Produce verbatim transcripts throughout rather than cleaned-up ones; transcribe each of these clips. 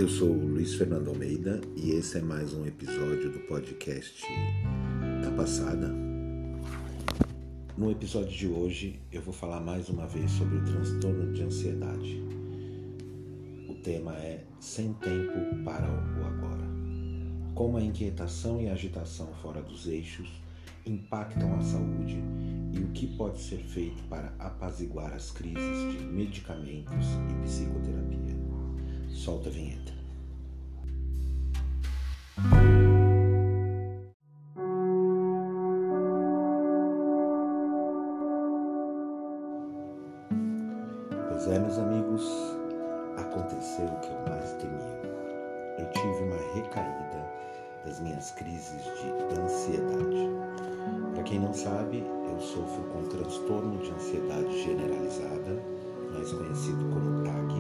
Eu sou o Luiz Fernando Almeida e esse é mais um episódio do podcast Tá Passada. No episódio de hoje eu vou falar mais uma vez sobre o transtorno de ansiedade. O tema é Sem Tempo para o Agora. Como a inquietação e a agitação fora dos eixos impactam a saúde e o que pode ser feito para apaziguar as crises de medicamentos e psicoterapia. Solta a vinheta. Pois é, meus amigos, aconteceu o que eu mais temia. Eu tive uma recaída das minhas crises de ansiedade. Para quem não sabe, eu sofro com transtorno de ansiedade generalizada, mais conhecido como T A G,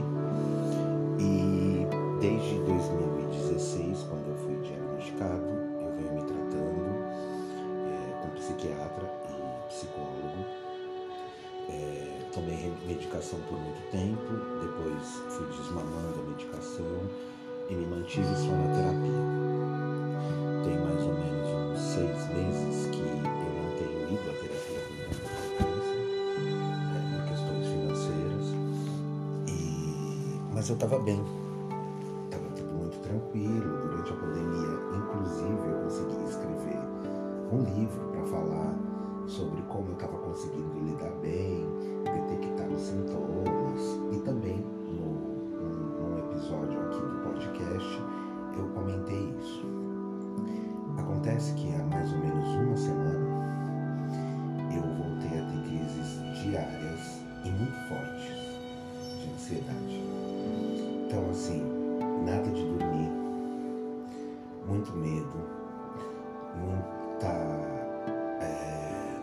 e desde dois mil e dezesseis, quando eu fui diagnosticado, eu venho me tratando é, com psiquiatra e psicólogo. É, tomei medicação por muito tempo, depois fui desmamando a medicação e me mantive só na terapia. Tem mais ou menos uns seis meses que eu não tenho ido à terapia com tanta frequência, é, por questões financeiras, e... mas eu estava bem, estava tudo muito tranquilo. Durante a pandemia, inclusive, eu consegui escrever um livro para falar sobre como eu estava conseguindo lidar bem, detectar os sintomas, e também no, no, num episódio aqui do podcast eu comentei isso. Acontece que há mais ou menos uma semana eu voltei a ter crises diárias e muito fortes de ansiedade. Então, assim, nada de dormir, muito medo, muita, é,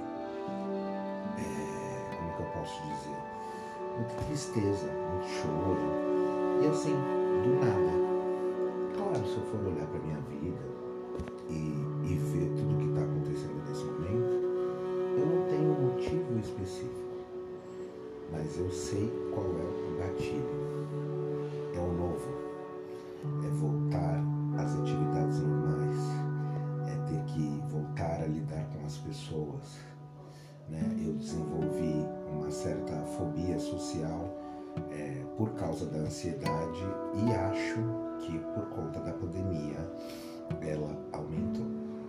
é, como que eu posso dizer, muita tristeza, muito choro, e assim, do nada. Claro, se eu for olhar para minha vida e, e ver tudo que está acontecendo nesse momento, eu não tenho um motivo específico, mas eu sei qual é o gatilho. É o novo, é voltar às atividades normais, é ter que voltar a lidar com as pessoas, né? Eu desenvolvi uma certa fobia social é, por causa da ansiedade, e acho que por conta da pandemia ela aumentou.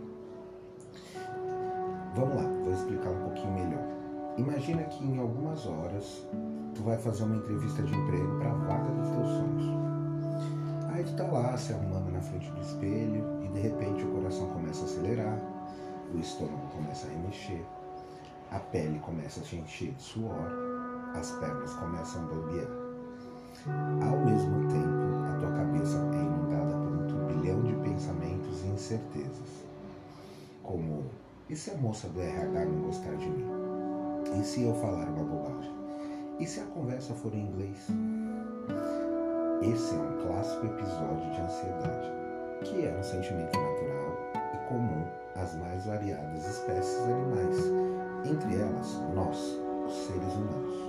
Vamos lá, vou explicar um pouquinho melhor. Imagina que em algumas horas tu vai fazer uma entrevista de emprego para a vaga dos teus sonhos. Aí tu tá lá se arrumando na frente do espelho e de repente o coração começa a acelerar, o estômago começa a remexer, a pele começa a te encher de suor, as pernas começam a bambear. Ao mesmo tempo, a tua cabeça é inundada por um turbilhão de pensamentos e incertezas, como: e se a moça do R H não gostar de mim? E se eu falar uma bobagem? E se a conversa for em inglês? Esse é um clássico episódio de ansiedade, que é um sentimento natural e comum às mais variadas espécies animais, entre elas nós, os seres humanos.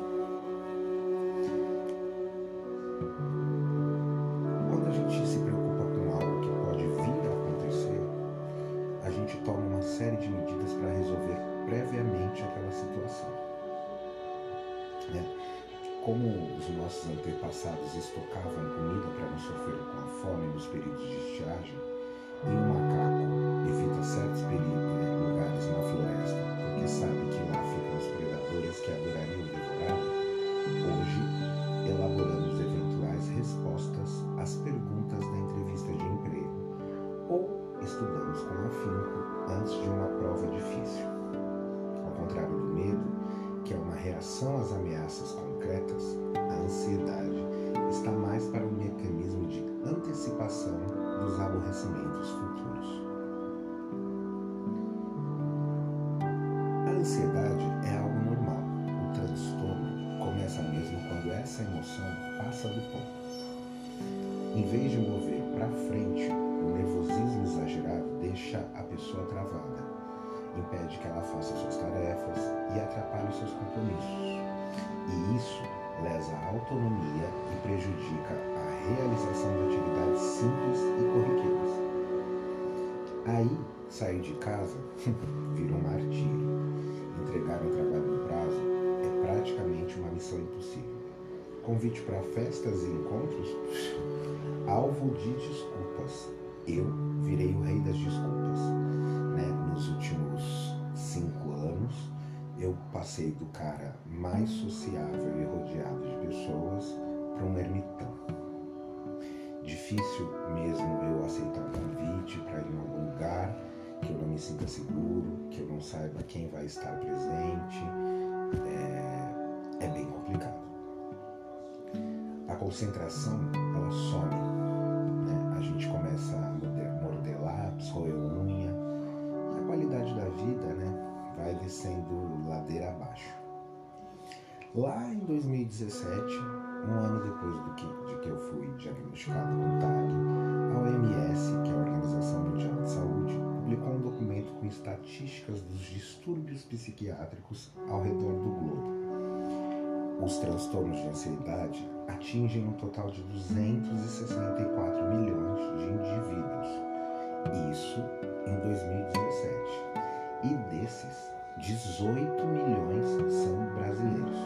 Quando a gente se preocupa com algo que pode vir a acontecer, a gente toma uma série de medidas para resolver previamente aquela situação, né? Como os nossos antepassados estocavam comida para não sofrer com a fome nos períodos de estiagem, e um macaco evita certos períodos, lugares na floresta porque sabe que lá ficam os predadores que adorariam devorá-lo, hoje elaboramos eventuais respostas às perguntas da entrevista de emprego, ou estudamos com afinco antes de uma prova difícil. Ao contrário do medo, que é uma reação às ameaças concretas, a ansiedade está mais para um mecanismo de antecipação dos aborrecimentos futuros. A ansiedade é algo normal. O transtorno começa mesmo quando essa emoção passa do ponto. Em vez de mover para frente, o nervosismo exagerado deixa a pessoa travada, impede que ela faça suas tarefas e atrapalha os seus compromissos. E isso lesa a autonomia e prejudica a realização de atividades simples e corriqueiras. Aí, sair de casa vira um martírio. Entregar um trabalho no prazo é praticamente uma missão impossível. Convite para festas e encontros, alvo de desculpas. Eu virei o rei das desculpas. Né? Nos últimos cinco anos, eu passei do cara mais sociável e rodeado de pessoas para um ermitão. Difícil mesmo eu aceitar um convite para ir em algum lugar que eu não me sinta seguro, que eu não saiba quem vai estar presente. É, é bem complicado. A concentração, ela some. Né? A gente começa a morder, morder lápis, roer unha. E a qualidade da vida, né, vai descendo ladeira abaixo. Lá em dois mil e dezessete, um ano depois do que, de que eu fui diagnosticado com T A G, a O M S, que é a Organização Mundial de Saúde, publicou um documento com estatísticas dos distúrbios psiquiátricos ao redor do globo. Os transtornos de ansiedade atingem um total de duzentos e sessenta e quatro milhões de indivíduos. Isso em dois mil e dezessete. E desses, dezoito milhões são brasileiros.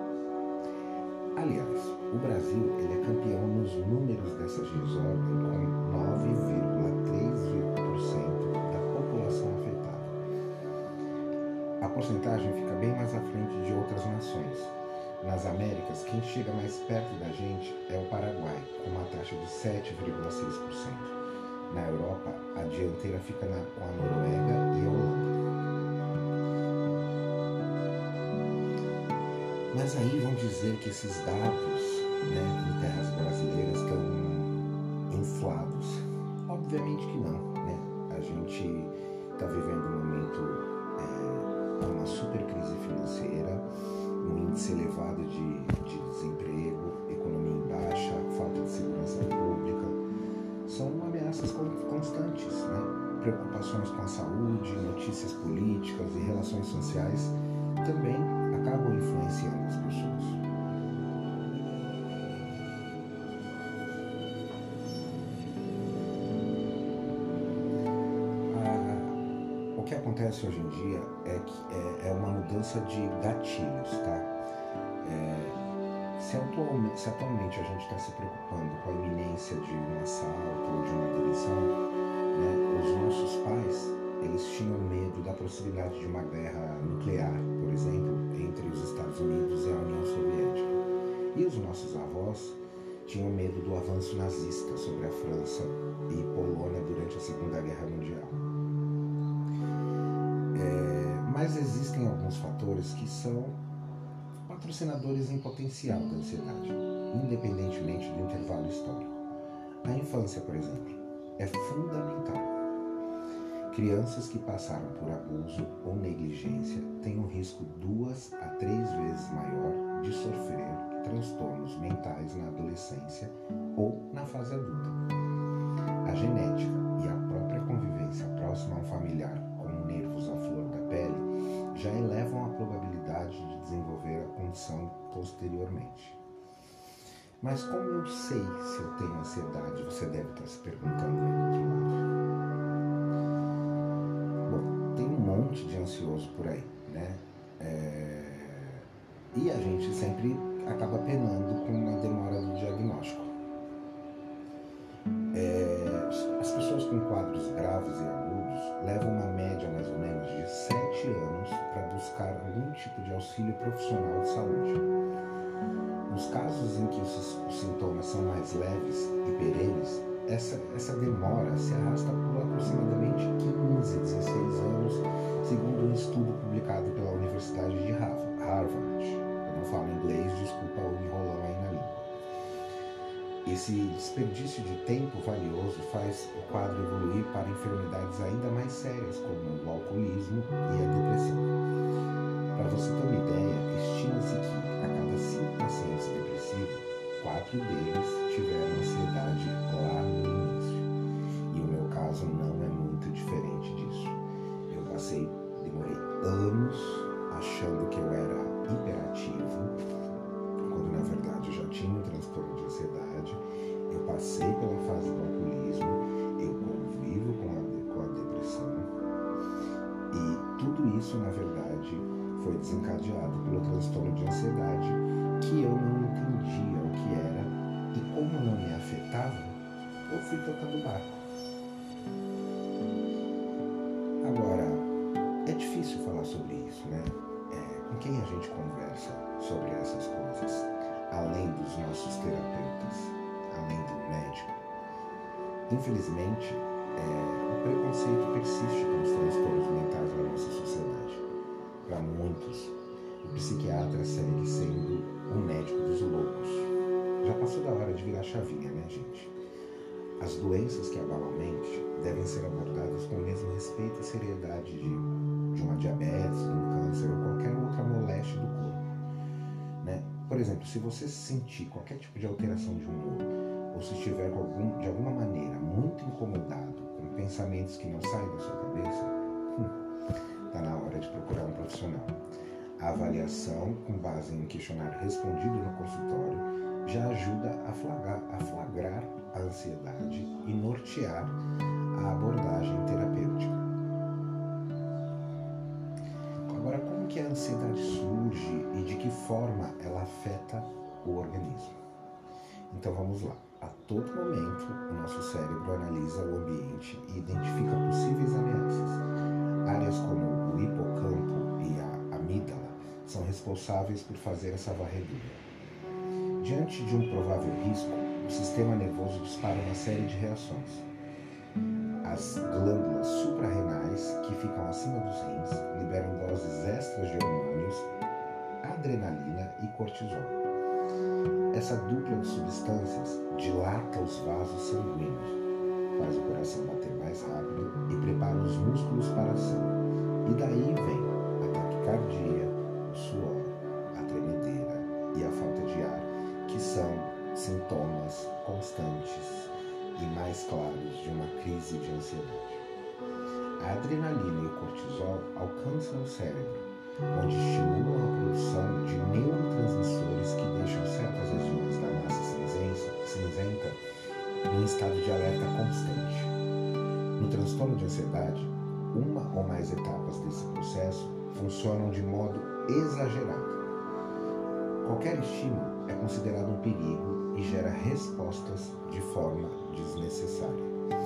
Aliás, o Brasil ele é campeão nos números dessa desordem com nove vírgula três por cento da população afetada. A porcentagem fica bem mais à frente de outras nações. Nas Américas, quem chega mais perto da gente é o Paraguai, com uma taxa de sete vírgula seis por cento. Na Europa, a dianteira fica na, com a Noruega e a Holanda. Mas aí vão dizer que esses dados, né, em terras brasileiras estão inflados. Obviamente que não, né? A gente está vivendo um momento, é, uma super crise financeira, um índice elevado de, de desemprego, economia em baixa, falta de segurança pública. São ameaças constantes, né? Preocupações com a saúde, notícias políticas e relações sociais também acabam influenciando as pessoas. Ah, o que acontece hoje em dia é, que é, é uma mudança de gatilhos, tá? É, se, atualmente, se atualmente a gente está se preocupando com a iminência de um assalto ou de uma demissão, né, os nossos pais, eles tinham medo da possibilidade de uma guerra nuclear, por exemplo, entre os Estados Unidos e a União Soviética. E os nossos avós tinham medo do avanço nazista sobre a França e Polônia durante a Segunda Guerra Mundial. É, mas existem alguns fatores que são patrocinadores em potencial da ansiedade, independentemente do intervalo histórico. A infância, por exemplo, é fundamental. Crianças que passaram por abuso ou negligência têm um risco duas a três vezes maior de sofrer transtornos mentais na adolescência ou na fase adulta. A genética e a própria convivência próxima a um familiar com nervos à flor da pele já elevam a probabilidade de desenvolver a condição posteriormente. Mas como eu sei se eu tenho ansiedade, você deve estar se perguntando aí do outro lado. Um monte de ansioso por aí, né? É... E a gente sempre acaba penando com a demora do diagnóstico. É... As pessoas com quadros graves e agudos levam uma média mais ou menos de sete anos para buscar algum tipo de auxílio profissional de saúde. Nos casos em que os, os sintomas são mais leves e perenes, essa, essa demora se arrasta por aproximadamente quinze, dezesseis anos, segundo um estudo publicado pela Universidade de Harvard. Eu não falo inglês, desculpa o enrolão aí na língua. Esse desperdício de tempo valioso faz o quadro evoluir para enfermidades ainda mais sérias, como o alcoolismo e a depressão. Para você ter uma ideia, estima-se que a cada cinco pacientes depressivos, quatro deles tiveram ansiedade lá no início. E o meu caso não é muito diferente disso. Eu passei, demorei anos achando que eu era hiperativo, quando na verdade eu já tinha um transtorno de ansiedade, isso, na verdade, foi desencadeado pelo transtorno de ansiedade, que eu não entendia o que era, e como não me afetava, eu fui tocando o barco. Agora, é difícil falar sobre isso, né? É, com quem a gente conversa sobre essas coisas, além dos nossos terapeutas, além do médico? Infelizmente, é, o preconceito persiste com os transtornos mentais na nossa sociedade. Para muitos, o psiquiatra segue sendo um médico dos loucos. Já passou da hora de virar chavinha, né, gente? As doenças que abalam a mente devem ser abordadas com o mesmo respeito e seriedade de, de uma diabetes, de um câncer ou qualquer outra moléstia do corpo, né? Por exemplo, se você sentir qualquer tipo de alteração de humor, ou se estiver com algum, de alguma maneira muito incomodado com pensamentos que não saem da sua cabeça, está hum, na hora de procurar um profissional. A avaliação, com base em um questionário respondido no consultório, já ajuda a flagrar, a flagrar a ansiedade e nortear a abordagem terapêutica. Agora, como que a ansiedade surge e de que forma ela afeta o organismo? Então vamos lá. A todo momento, o nosso cérebro analisa o ambiente e identifica possíveis ameaças. Áreas como o hipocampo e a amígdala são responsáveis por fazer essa varredura. Diante de um provável risco, o sistema nervoso dispara uma série de reações. As glândulas suprarrenais, que ficam acima dos rins, liberam doses extras de hormônios, adrenalina e cortisol. Essa dupla de substâncias dilata os vasos sanguíneos, faz o coração bater mais rápido e prepara os músculos para a ação. E daí vem a taquicardia, o suor, a tremedeira e a falta de ar, que são sintomas constantes e mais claros de uma crise de ansiedade. A adrenalina e o cortisol alcançam o cérebro, onde estimulam a produção de neurotransmissores que deixam certas regiões da massa cinzenta num estado de alerta constante. No transtorno de ansiedade, uma ou mais etapas desse processo funcionam de modo exagerado. Qualquer estímulo é considerado um perigo e gera respostas de forma desnecessária.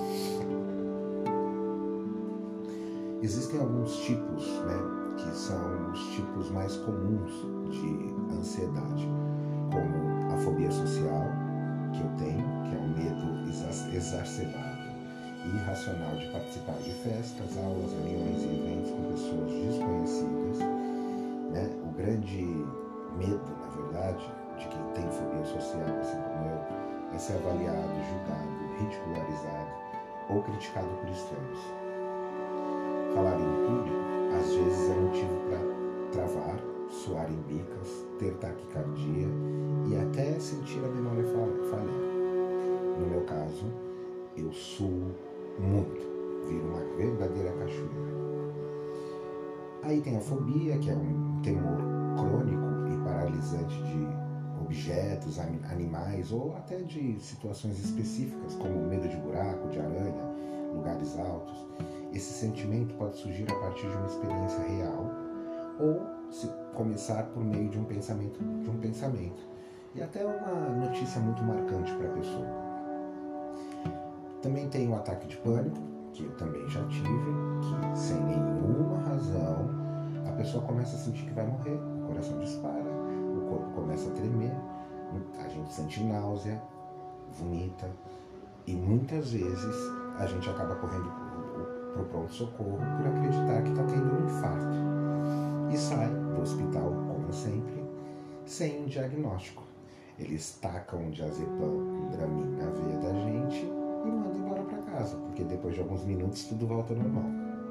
Existem alguns tipos, né, que são os tipos mais comuns de ansiedade, como a fobia social, que eu tenho, que é um medo exacerbado e irracional de participar de festas, aulas, reuniões e eventos com pessoas desconhecidas, né? O grande medo, na verdade, de quem tem fobia social, assim como eu, é ser avaliado, julgado, ridicularizado ou criticado por estranhos. Falar em público, às vezes, é motivo para travar, suar em bicas, ter taquicardia e até sentir a memória falhar. No meu caso, eu suo muito, viro uma verdadeira cachoeira. Aí tem a fobia, que é um temor crônico e paralisante de objetos, animais ou até de situações específicas, como medo de buraco, de aranha, lugares altos. Esse sentimento pode surgir a partir de uma experiência real ou se começar por meio de um pensamento, de um pensamento e até uma notícia muito marcante para a pessoa. Também tem o ataque de pânico, que eu também já tive, que sem nenhuma razão a pessoa começa a sentir que vai morrer, o coração dispara, o corpo começa a tremer, a gente sente náusea, vomita e muitas vezes a gente acaba correndo para o pronto-socorro por acreditar que está tendo um infarto e sai do hospital, como sempre, sem um diagnóstico. Eles tacam um diazepam, um Dramin na veia da gente e mandam embora para casa, porque depois de alguns minutos tudo volta ao normal.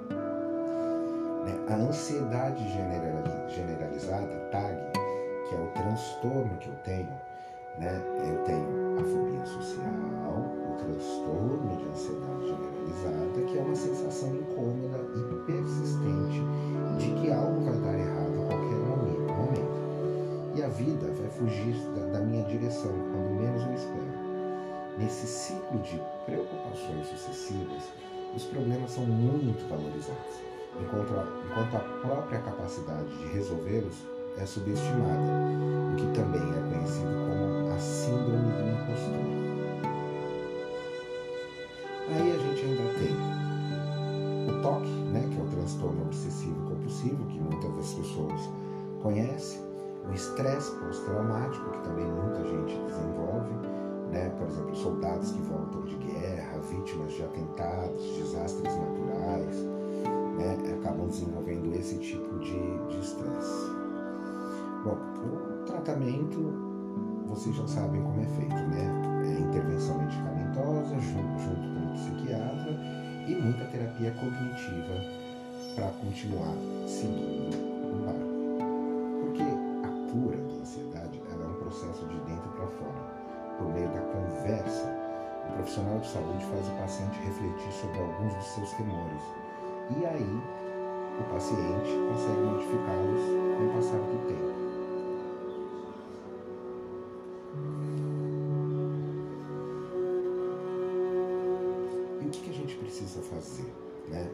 A ansiedade generalizada, T A G, que é o transtorno que eu tenho, né? Eu tenho a fobia social, o transtorno de ansiedade generalizada, que é uma sensação incômoda e persistente de que algo vai dar errado a qualquer momento. E a vida vai fugir da, da minha direção quando menos eu espero. Nesse ciclo de preocupações sucessivas, os problemas são muito valorizados. enquanto a, enquanto a própria capacidade de resolvê-los é subestimada, o que também é conhecido como a síndrome do impostor. Aí a gente ainda tem o T O C, né, que é o transtorno obsessivo compulsivo, que muitas das pessoas conhecem, o estresse pós-traumático, que também muita gente desenvolve, né, por exemplo, soldados que voltam de guerra, vítimas de atentados, desastres naturais, né, acabam desenvolvendo esse tipo de estresse. Bom, o tratamento, vocês já sabem como é feito, né? É intervenção medicamentosa junto, junto com o psiquiatra e muita terapia cognitiva para continuar seguindo o barco. Porque a cura da ansiedade ela é um processo de dentro para fora. Por meio da conversa, o profissional de saúde faz o paciente refletir sobre alguns dos seus temores. E aí, o paciente consegue modificá-los com o passar do tempo. E o que a gente precisa fazer, né,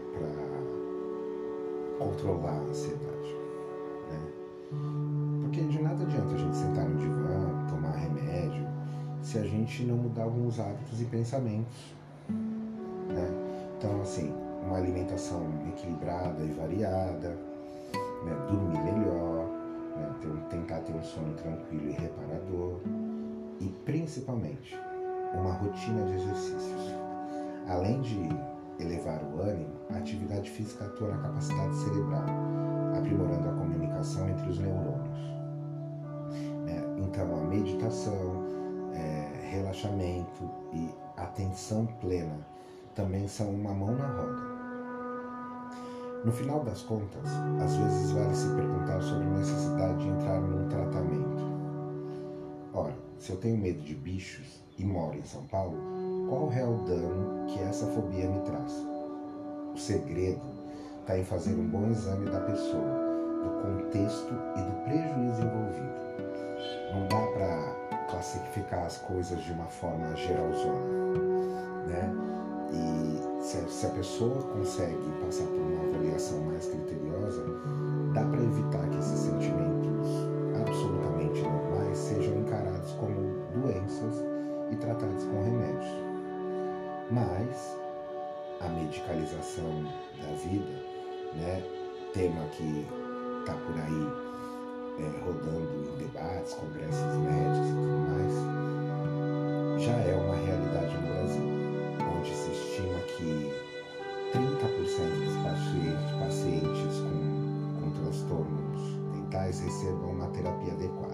para controlar a ansiedade? Né? Porque de nada adianta a gente sentar no divã, tomar remédio, se a gente não mudar alguns hábitos e pensamentos. Né? Então, assim, uma alimentação equilibrada e variada, né, dormir melhor, né, ter um, tentar ter um sono tranquilo e reparador e, principalmente, uma rotina de exercícios. Além de elevar o ânimo, a atividade física atua na capacidade cerebral, aprimorando a comunicação entre os neurônios. Né? Então, a meditação, é, relaxamento e atenção plena também são uma mão na roda. No final das contas, às vezes vale se perguntar sobre a necessidade de entrar num tratamento. Ora, se eu tenho medo de bichos e moro em São Paulo, qual o real dano que essa fobia me traz? O segredo está em fazer um bom exame da pessoa, do contexto e do prejuízo envolvido. Não dá para classificar as coisas de uma forma geralzona, né? E se a, se a pessoa consegue passar por uma avaliação mais criteriosa, dá para evitar que esses sentimentos absolutamente normais sejam encarados como doenças e tratados com remédios. Mas a medicalização da vida, né, tema que está por aí é, rodando em debates, congressos médicos e tudo mais, já é uma realidade no Brasil, onde se estima que trinta por cento dos pacientes, pacientes com, com transtornos mentais recebam uma terapia adequada.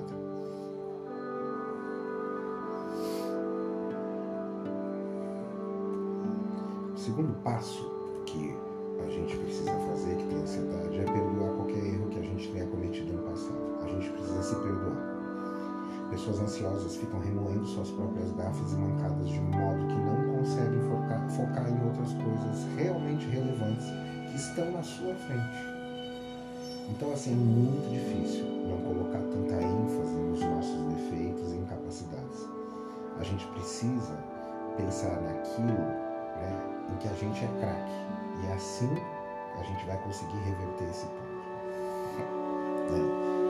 O segundo passo que a gente precisa fazer, que tem ansiedade, é perdoar qualquer erro que a gente tenha cometido no passado. A gente precisa se perdoar. Pessoas ansiosas ficam remoendo suas próprias gafes e mancadas de um modo que não conseguem focar, focar em outras coisas realmente relevantes que estão na sua frente. Então, assim, é muito difícil não colocar tanta ênfase nos nossos defeitos e incapacidades. A gente precisa pensar naquilo, né, em que a gente é craque, e assim a gente vai conseguir reverter esse ponto. Né?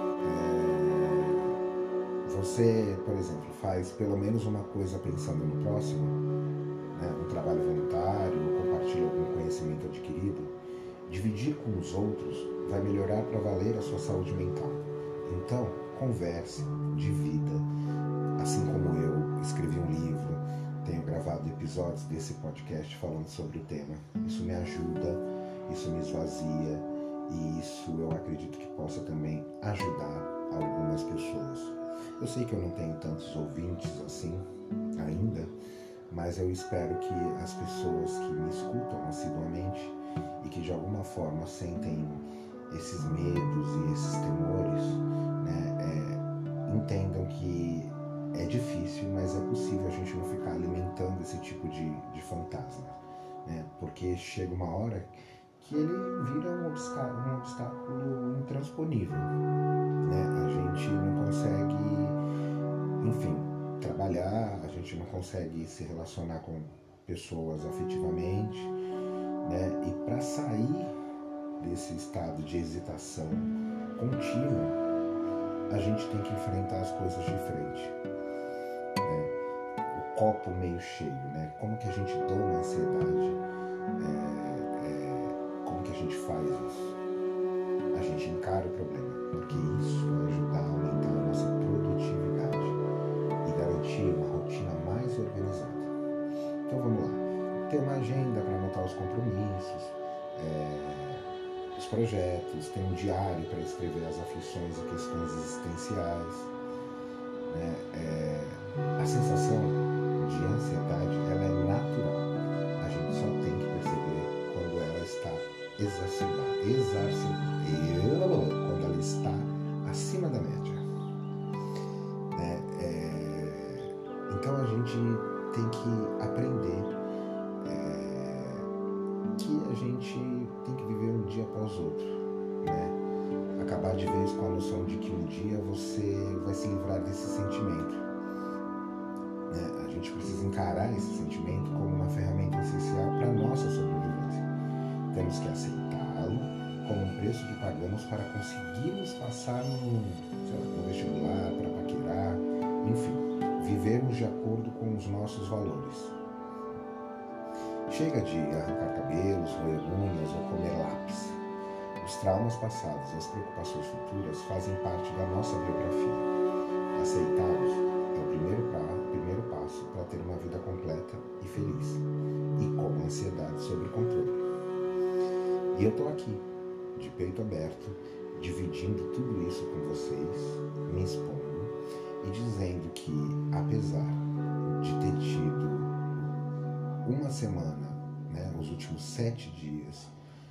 É... Você, por exemplo, faz pelo menos uma coisa pensando no próximo, né? Um trabalho voluntário, ou compartilha algum conhecimento adquirido, dividir com os outros vai melhorar para valer a sua saúde mental. Então, converse, divida, assim como eu escrevi um livro, tenho gravado episódios desse podcast falando sobre o tema. Isso me ajuda, isso me esvazia e isso eu acredito que possa também ajudar algumas pessoas. Eu sei que eu não tenho tantos ouvintes assim ainda, mas eu espero que as pessoas que me escutam assiduamente e que de alguma forma sentem esses medos e esses temores, né, é, entendam que é difícil, mas é possível a gente não ficar alimentando esse tipo de, de fantasma, né? Porque chega uma hora que ele vira um obstáculo, um obstáculo intransponível, né? A gente não consegue, enfim, trabalhar, a gente não consegue se relacionar com pessoas afetivamente, né? E para sair desse estado de hesitação contínua, a gente tem que enfrentar as coisas de frente, né? O copo meio cheio, né? Como que a gente doma a ansiedade? É, é, como que a gente faz isso? A gente encara o problema, porque isso vai ajudar a aumentar a nossa produtividade e garantir uma rotina mais organizada. Então vamos lá, ter uma agenda para anotar os compromissos, é, os projetos, ter um diário para escrever as aflições e questões existenciais, né? É, a sensação de ansiedade, ela é natural, a gente só tem que perceber quando ela está exacerbada, exacerbada, quando ela está acima da média, né? É, então a gente tem que aprender é, que a gente tem que viver um dia após outro, né? Acabar de vez com a noção de que um dia você vai se livrar desse sentimento, né? A gente precisa encarar esse sentimento como uma ferramenta essencial para a nossa sobrevivência. Temos que aceitá-lo como um preço que pagamos para conseguirmos passar no, sei lá, no vestibular, para paquerar, enfim, vivermos de acordo com os nossos valores. Chega de arrancar cabelos, roer unhas ou comer lápis. Os traumas passados e as preocupações futuras fazem parte da nossa biografia. Aceitá-los é o primeiro, pra, o primeiro passo para ter uma vida completa e feliz, e com a ansiedade sob controle. E eu estou aqui, de peito aberto, dividindo tudo isso com vocês, me expondo e dizendo que, apesar de ter tido uma semana, né, os últimos sete dias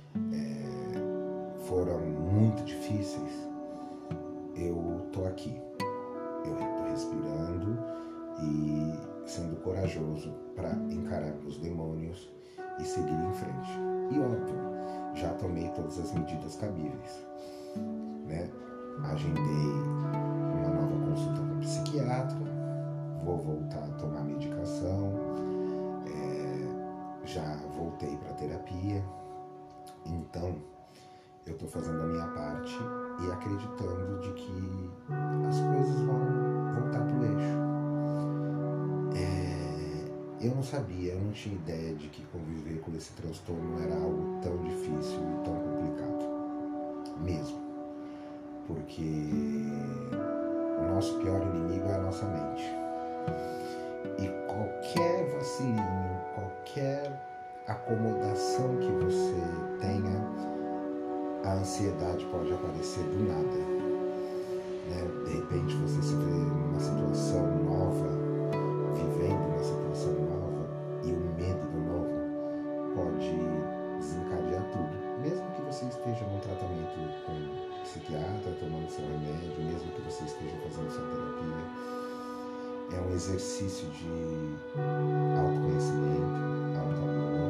é, foram muito difíceis, eu estou aqui, eu estou respirando e sendo corajoso para encarar meus demônios e seguir em frente. E óbvio, já tomei todas as medidas cabíveis, né? Agendei uma nova consulta com o psiquiatra, vou voltar a tomar medicação, é, já voltei para terapia, então eu estou fazendo a minha parte e acreditando de que as coisas vão voltar para o eixo. Eu não sabia, eu não tinha ideia de que conviver com esse transtorno era algo tão difícil e tão complicado, mesmo, porque o nosso pior inimigo é a nossa mente, e qualquer vacilinho, qualquer acomodação que você tenha, a ansiedade pode aparecer do nada, né? De repente você se vê numa situação nova, vivendo uma situação nova, e o medo do novo pode desencadear tudo. Mesmo que você esteja num tratamento com psiquiatra, tomando seu remédio, mesmo que você esteja fazendo sua terapia, é um exercício de autoconhecimento, autoamor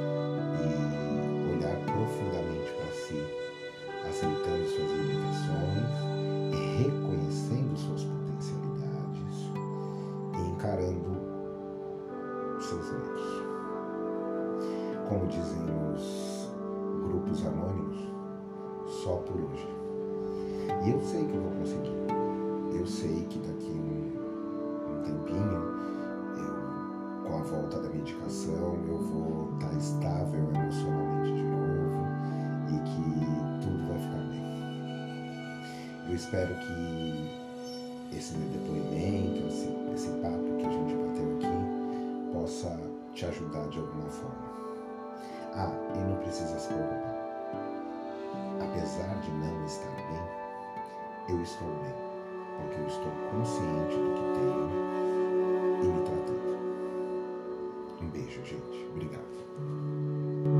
e olhar profundamente para si, aceitando suas limitações e reconhecendo suas potencialidades e encarando seus medos. Como dizem os grupos anônimos, só por hoje. E eu sei que eu vou conseguir. Eu sei que daqui um, um tempinho, eu, com a volta da medicação, eu vou estar estável emocionalmente de novo e que tudo vai ficar bem. Eu espero que esse meu depoimento, esse, esse papo que a gente bateu aqui, possa te ajudar de alguma forma. Ah, e não precisa se preocupar. Apesar de não estar bem, eu estou bem, porque eu estou consciente do que tenho e me tratando. Um beijo, gente. Obrigado.